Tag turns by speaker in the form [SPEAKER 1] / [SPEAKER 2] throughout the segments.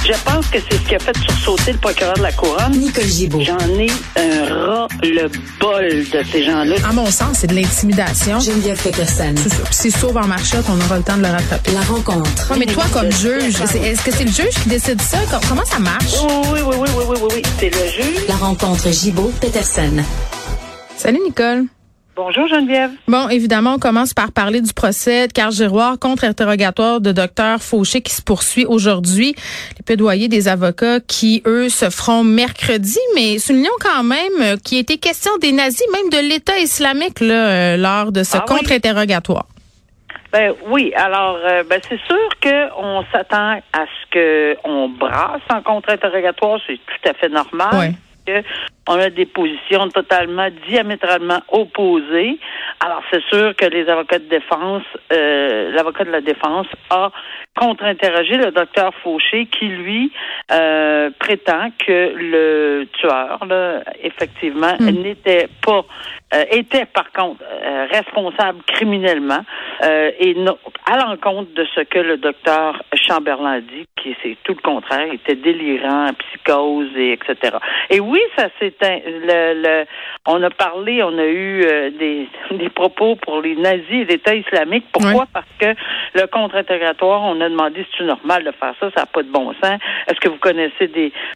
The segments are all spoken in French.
[SPEAKER 1] Je pense que c'est ce qui a fait sursauter le procureur de la Couronne.
[SPEAKER 2] Nicole Gibault.
[SPEAKER 1] J'en ai un ras-le-bol de ces gens-là.
[SPEAKER 3] À mon sens, c'est de l'intimidation.
[SPEAKER 2] Geneviève Peterson.
[SPEAKER 3] C'est ça. Puis c'est sauve en marchette, on aura le temps de le rattraper.
[SPEAKER 2] La rencontre.
[SPEAKER 3] Ouais, mais toi, comme juge, est-ce que c'est le juge qui décide ça? Comment ça marche?
[SPEAKER 1] Oui. C'est le juge.
[SPEAKER 2] La rencontre Gibault-Peterson.
[SPEAKER 3] Salut, Nicole.
[SPEAKER 1] Bonjour Geneviève.
[SPEAKER 3] Bon, évidemment, on commence par parler du procès de Carl Giroir contre interrogatoire de Dr Fauché qui se poursuit aujourd'hui. Les plaidoyers des avocats qui, eux, se feront mercredi, mais soulignons quand même qu'il a été question des nazis, même de l'État islamique là, lors de ce contre-interrogatoire.
[SPEAKER 1] Oui, alors c'est sûr qu'on s'attend à ce qu'on brasse en contre-interrogatoire, c'est tout à fait normal.
[SPEAKER 3] Ouais.
[SPEAKER 1] On a des positions totalement diamétralement opposées. Alors, c'est sûr que les avocats de défense, l'avocat de la défense a contre-interrogé le docteur Fauché qui, lui, prétend que le tueur, là, effectivement, n'était pas, était par contre responsable criminellement et à l'encontre de ce que le docteur Chamberlain a dit, qui c'est tout le contraire, il était délirant, psychose, et etc. Et oui, ça c'est on a parlé, on a eu des propos pour les nazis et l'État islamique. Pourquoi? Oui. Parce que le contre-interrogatoire, on a demandé si c'est normal de faire ça, ça n'a pas de bon sens. Est-ce que vous connaissez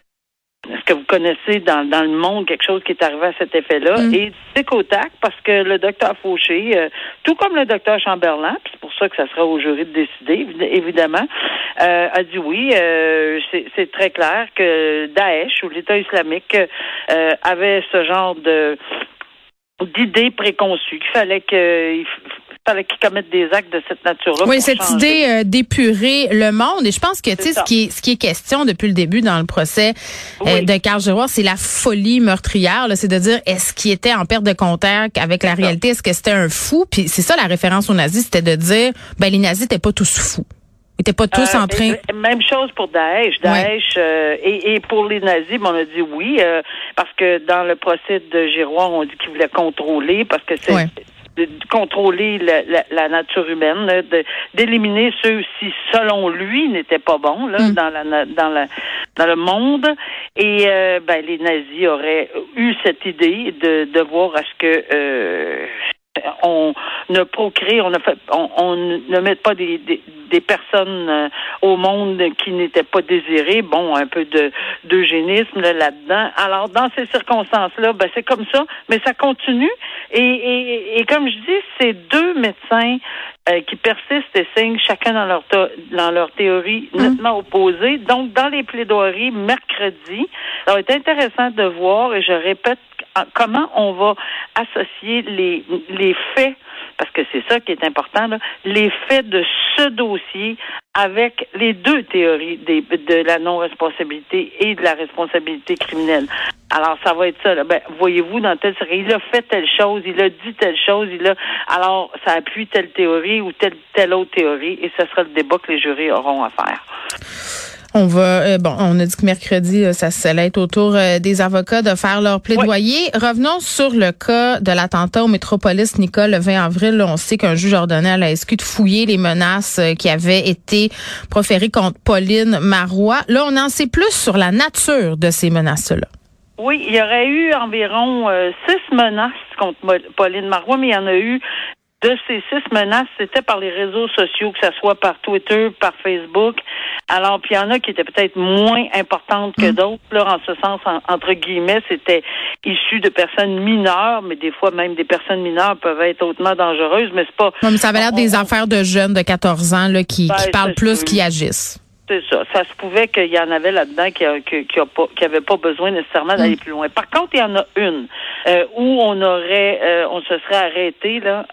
[SPEAKER 1] dans le monde quelque chose qui est arrivé à cet effet-là? Et tic au tac, parce que le docteur Fauché, tout comme le docteur Chamberlain, puis c'est pour ça que ça sera au jury de décider, évidemment, a dit oui, c'est très clair que Daesh ou l'État islamique avait ce genre d'idées préconçues, qu'il fallait qu'ils commettent des actes de cette nature-là.
[SPEAKER 3] Oui, cette idée d'épurer le monde. Et je pense que, tu sais, ce qui est question depuis le début dans le procès de Carl Giroir, c'est la folie meurtrière. Là, c'est de dire, est-ce qu'il était en perte de contact avec la réalité? Est-ce que c'était un fou? Puis c'est ça la référence aux nazis, c'était de dire, les nazis n'étaient pas tous fous. Ils n'étaient pas tous en train...
[SPEAKER 1] Même chose pour Daesh. Et pour les nazis, on a dit oui, parce que dans le procès de Giroir, on dit qu'il voulait contrôler, parce que c'est... de contrôler la nature humaine, là, d'éliminer ceux qui, selon lui, n'étaient pas bons là, dans le monde. Et les nazis auraient eu cette idée de voir à ce que on ne procrée, on ne met pas des personnes au monde qui n'étaient pas désirées. Bon, un peu d'eugénisme là-dedans. Alors, dans ces circonstances-là, c'est comme ça, mais ça continue. Et comme je dis, c'est deux médecins qui persistent et signent chacun dans leur théorie nettement opposée. Donc, dans les plaidoiries mercredi, ça va être intéressant de voir, et je répète, comment on va associer les faits, parce que c'est ça qui est important, là, les faits de ce dossier avec les deux théories de la non-responsabilité et de la responsabilité criminelle. Alors, ça va être ça, là. Voyez-vous, dans telle série, il a fait telle chose, il a dit telle chose, alors, ça appuie telle théorie ou telle autre théorie, et ce sera le débat que les jurys auront à faire.
[SPEAKER 3] On va, on a dit que mercredi, ça allait être au tour des avocats de faire leur plaidoyer. Oui. Revenons sur le cas de l'attentat au Métropolis, Nicole, le 20 avril. Là, on sait qu'un juge ordonnait à la SQ de fouiller les menaces qui avaient été proférées contre Pauline Marois. Là, on en sait plus sur la nature de ces menaces-là.
[SPEAKER 1] Oui, il y aurait eu environ 6 menaces contre Pauline Marois, mais il y en a eu de ces 6 menaces, c'était par les réseaux sociaux, que ce soit par Twitter, par Facebook. Alors, puis il y en a qui étaient peut-être moins importantes que d'autres. Là, en ce sens, entre guillemets, c'était issu de personnes mineures, mais des fois même des personnes mineures peuvent être hautement dangereuses, mais c'est pas...
[SPEAKER 3] Non, mais ça avait l'air des affaires de jeunes de 14 ans là, qui parlent plus, qui agissent.
[SPEAKER 1] C'est ça. Ça se pouvait qu'il y en avait là-dedans qui n'avaient pas besoin nécessairement d'aller plus loin. Par contre, il y en a une où on se serait arrêté là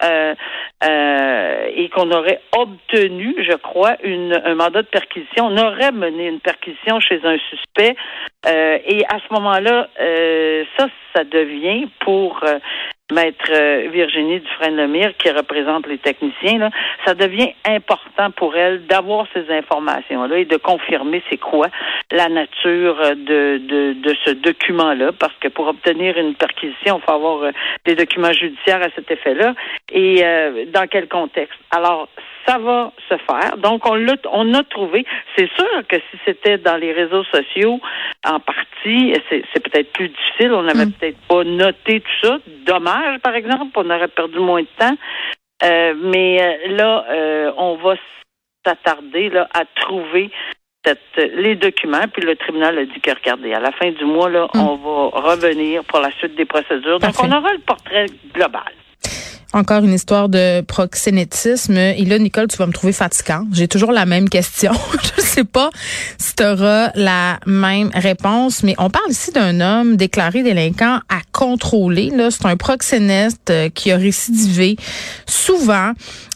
[SPEAKER 1] et qu'on aurait obtenu, je crois, un mandat de perquisition. On aurait mené une perquisition chez un suspect et à ce moment-là, ça devient pour Maître Virginie Dufresne-Lemire, qui représente les techniciens, là, ça devient important pour elle d'avoir ces informations-là et de confirmer c'est quoi la nature de ce document-là, parce que pour obtenir une perquisition, il faut avoir des documents judiciaires à cet effet-là, et dans quel contexte. Alors, ça va se faire. Donc, on a trouvé. C'est sûr que si c'était dans les réseaux sociaux, en partie, c'est peut-être plus difficile. On n'avait peut-être pas noté tout ça. Dommage, par exemple, on aurait perdu moins de temps. Mais là, on va s'attarder là à trouver les documents, puis le tribunal a dit que, regardez, à la fin du mois, là, on va revenir pour la suite des procédures.
[SPEAKER 3] Parfait.
[SPEAKER 1] Donc, on aura le portrait global.
[SPEAKER 3] Encore une histoire de proxénétisme. Et là, Nicole, tu vas me trouver fatigante. J'ai toujours la même question. Je sais pas si tu auras la même réponse, mais on parle ici d'un homme déclaré délinquant à contrôler. Là, c'est un proxénète qui a récidivé souvent,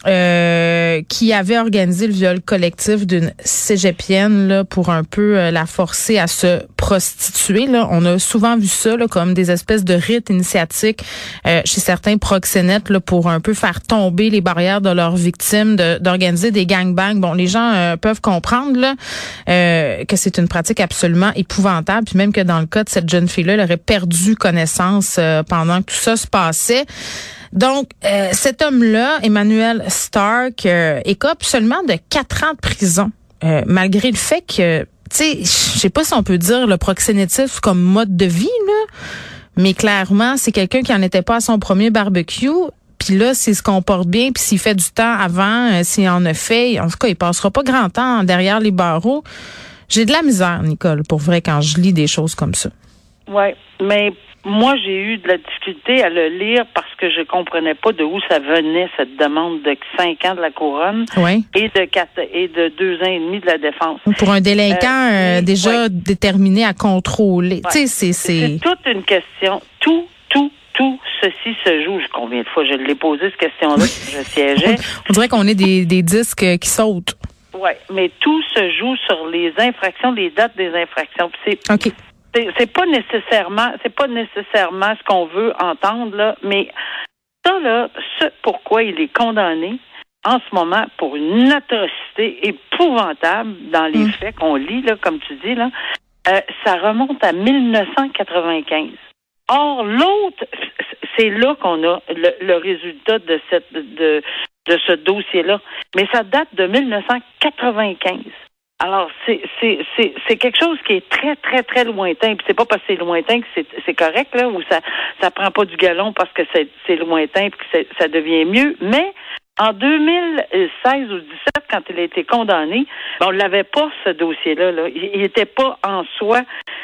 [SPEAKER 3] qui avait organisé le viol collectif d'une cégepienne là, pour un peu la forcer à se prostituer. Là. On a souvent vu ça là, comme des espèces de rites initiatiques chez certains proxénètes là, pour un peu faire tomber les barrières de leurs victimes, d'organiser des gangbangs. Bon, les gens peuvent comprendre là, que c'est une pratique absolument épouvantable, puis même que dans le cas de cette jeune fille-là, elle aurait perdu connaissance pendant que tout ça se passait. Donc, cet homme-là, Emmanuel Stark, écope seulement de 4 ans de prison, malgré le fait que, tu sais, je sais pas si on peut dire le proxénétisme comme mode de vie, là, mais clairement, c'est quelqu'un qui en était pas à son premier barbecue. Puis là, s'il se comporte bien, puis s'il fait du temps avant, s'il en a fait, en tout cas, il passera pas grand temps derrière les barreaux. J'ai de la misère, Nicole, pour vrai, quand je lis des choses comme ça.
[SPEAKER 1] Oui, mais moi, j'ai eu de la difficulté à le lire parce que je comprenais pas de où ça venait, cette demande de 5 ans de la couronne et de 2 ans et demi de la défense.
[SPEAKER 3] Pour un délinquant déjà déterminé à contrôler.
[SPEAKER 1] Ouais.
[SPEAKER 3] Tu sais,
[SPEAKER 1] c'est toute une question. Tout ceci se joue. Combien de fois je l'ai posé, cette question-là, je siégeais.
[SPEAKER 3] On dirait qu'on est des disques qui sautent.
[SPEAKER 1] Oui, mais tout se joue sur les infractions, les dates des infractions. Puis c'est pas nécessairement ce qu'on veut entendre, là, mais ça, là, pourquoi il est condamné en ce moment pour une atrocité épouvantable dans les faits qu'on lit, là, comme tu dis, là, ça remonte à 1995. Or, l'autre, c'est là qu'on a le résultat de ce dossier-là. Mais ça date de 1995. Alors, c'est quelque chose qui est très, très, très lointain. Puis c'est pas parce que c'est lointain que c'est correct, là, ou ça prend pas du galon parce que c'est lointain puis que ça devient mieux. Mais en 2016 ou 2017, quand il a été condamné, on l'avait pas, ce dossier-là. Là. Il était pas en soi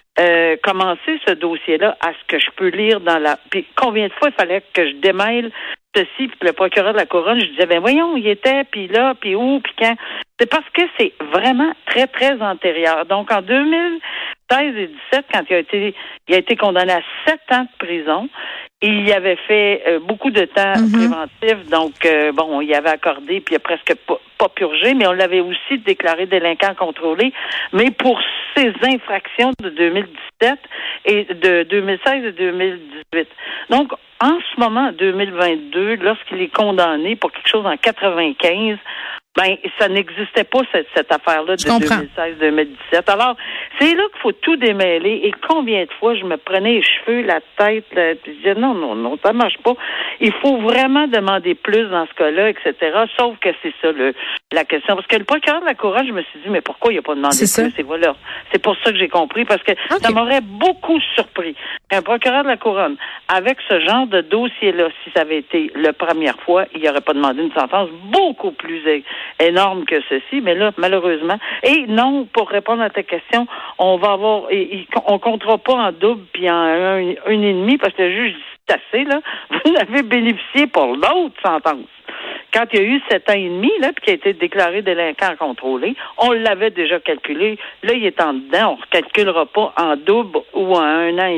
[SPEAKER 1] commencé, ce dossier-là, à ce que je peux lire dans la... Puis combien de fois il fallait que je démêle ceci, puis que le procureur de la Couronne, je disais, ben voyons, il était, puis là, puis où, puis quand... C'est parce que c'est vraiment très, très antérieur. Donc, en 2016 et 2017, quand il a été condamné à 7 ans de prison, il avait fait beaucoup de temps préventif, donc on y avait accordé, puis il a presque pas purgé, mais on l'avait aussi déclaré délinquant contrôlé, mais pour ces infractions de 2017 et de 2016 et 2018. Donc, en ce moment, 2022, lorsqu'il est condamné pour quelque chose en 95, ben, ça n'existait pas, cette affaire-là de 2016-2017. Alors, c'est là qu'il faut tout démêler. Et combien de fois je me prenais les cheveux, la tête, là, puis je disais, non, ça marche pas. Il faut vraiment demander plus dans ce cas-là, etc. Sauf que c'est ça, la question. Parce que le procureur de la Couronne, je me suis dit, mais pourquoi il n'a pas demandé plus? Et voilà. C'est pour ça que j'ai compris, parce que ça m'aurait beaucoup surpris qu'un procureur de la Couronne, avec ce genre de dossier-là, si ça avait été la première fois, il n'aurait pas demandé une sentence beaucoup plus énorme que ceci, mais là, malheureusement. Et non, pour répondre à ta question, on va avoir, on comptera pas en double puis en une et demi, parce que le juge dit, c'est assez, là. Vous avez bénéficié pour l'autre sentence. Quand il y a eu 7 ans et demi, là, puis qui a été déclaré délinquant contrôlé, on l'avait déjà calculé. Là, il est en dedans. On ne recalculera pas en double ou en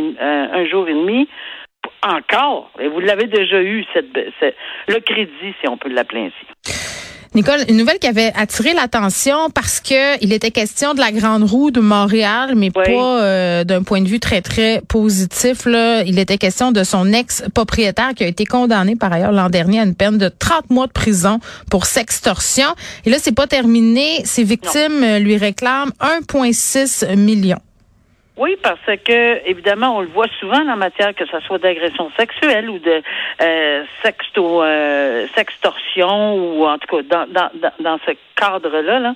[SPEAKER 1] un jour et demi. Encore. Et vous l'avez déjà eu, le crédit, si on peut l'appeler ainsi.
[SPEAKER 3] Nicole, une nouvelle qui avait attiré l'attention parce que il était question de la Grande Roue de Montréal, mais pas d'un point de vue très, très positif. Là. Il était question de son ex-propriétaire qui a été condamné par ailleurs l'an dernier à une peine de 30 mois de prison pour sextorsion. Et là, c'est pas terminé. Ses victimes lui réclament 1,6 million.
[SPEAKER 1] Oui, parce que, évidemment, on le voit souvent en matière que ce soit d'agression sexuelle ou de sextorsion ou en tout cas dans ce cadre-là, là,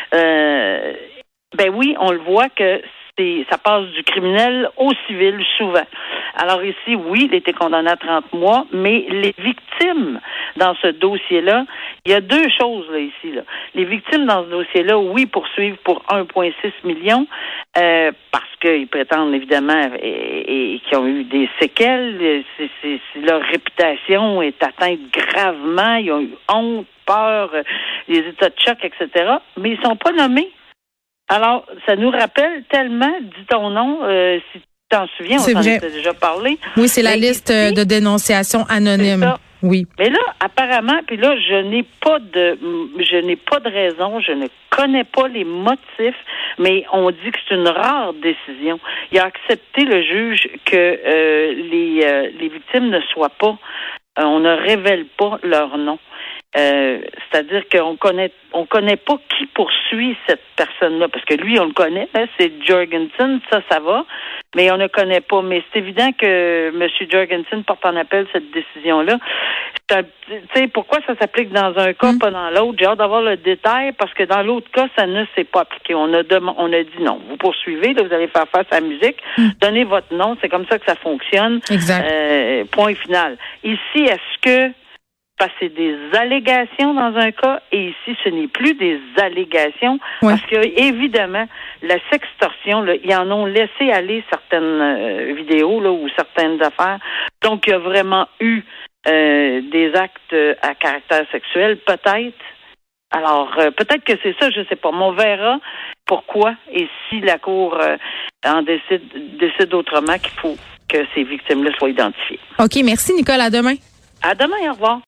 [SPEAKER 1] ben oui, on le voit que ça passe du criminel au civil souvent. Alors ici, oui, il était condamné à 30 mois, mais les victimes dans ce dossier-là, il y a deux choses là ici. Là. Les victimes dans ce dossier-là, oui, poursuivent pour 1,6 million parce qu'ils prétendent évidemment et qu'ils ont eu des séquelles. Leur réputation est atteinte gravement. Ils ont eu honte, peur, les états de choc, etc. Mais ils sont pas nommés. Alors, ça nous rappelle tellement, dis ton nom, si tu t'en souviens, on s'en était déjà parlé.
[SPEAKER 3] Oui, c'est la liste de dénonciation anonyme. Oui.
[SPEAKER 1] Mais là, apparemment, puis là, je n'ai pas de raison, je ne connais pas les motifs, mais on dit que c'est une rare décision. Il a accepté, le juge, que les victimes ne soient pas, on ne révèle pas leur nom. C'est-à-dire qu'on connaît pas qui poursuit cette personne-là, parce que lui, on le connaît, hein, c'est Jorgensen, ça va, mais on ne connaît pas. Mais c'est évident que M. Jorgensen porte en appel cette décision-là. Tu sais, pourquoi ça s'applique dans un cas, pas dans l'autre? J'ai hâte d'avoir le détail, parce que dans l'autre cas, ça ne s'est pas appliqué. On a dit non. Vous poursuivez, là, vous allez faire face à la musique, donnez votre nom, c'est comme ça que ça fonctionne.
[SPEAKER 3] Exact.
[SPEAKER 1] Point final. Ici, est-ce que parce que c'est des allégations dans un cas, et ici, ce n'est plus des allégations, parce que, évidemment, la sextorsion, là, ils en ont laissé aller certaines vidéos là, ou certaines affaires. Donc, il y a vraiment eu des actes à caractère sexuel, peut-être. Alors, peut-être que c'est ça, je sais pas. Mais on verra pourquoi et si la Cour en décide autrement qu'il faut que ces victimes-là soient identifiées.
[SPEAKER 3] OK, merci Nicole. À demain.
[SPEAKER 1] À demain, au revoir.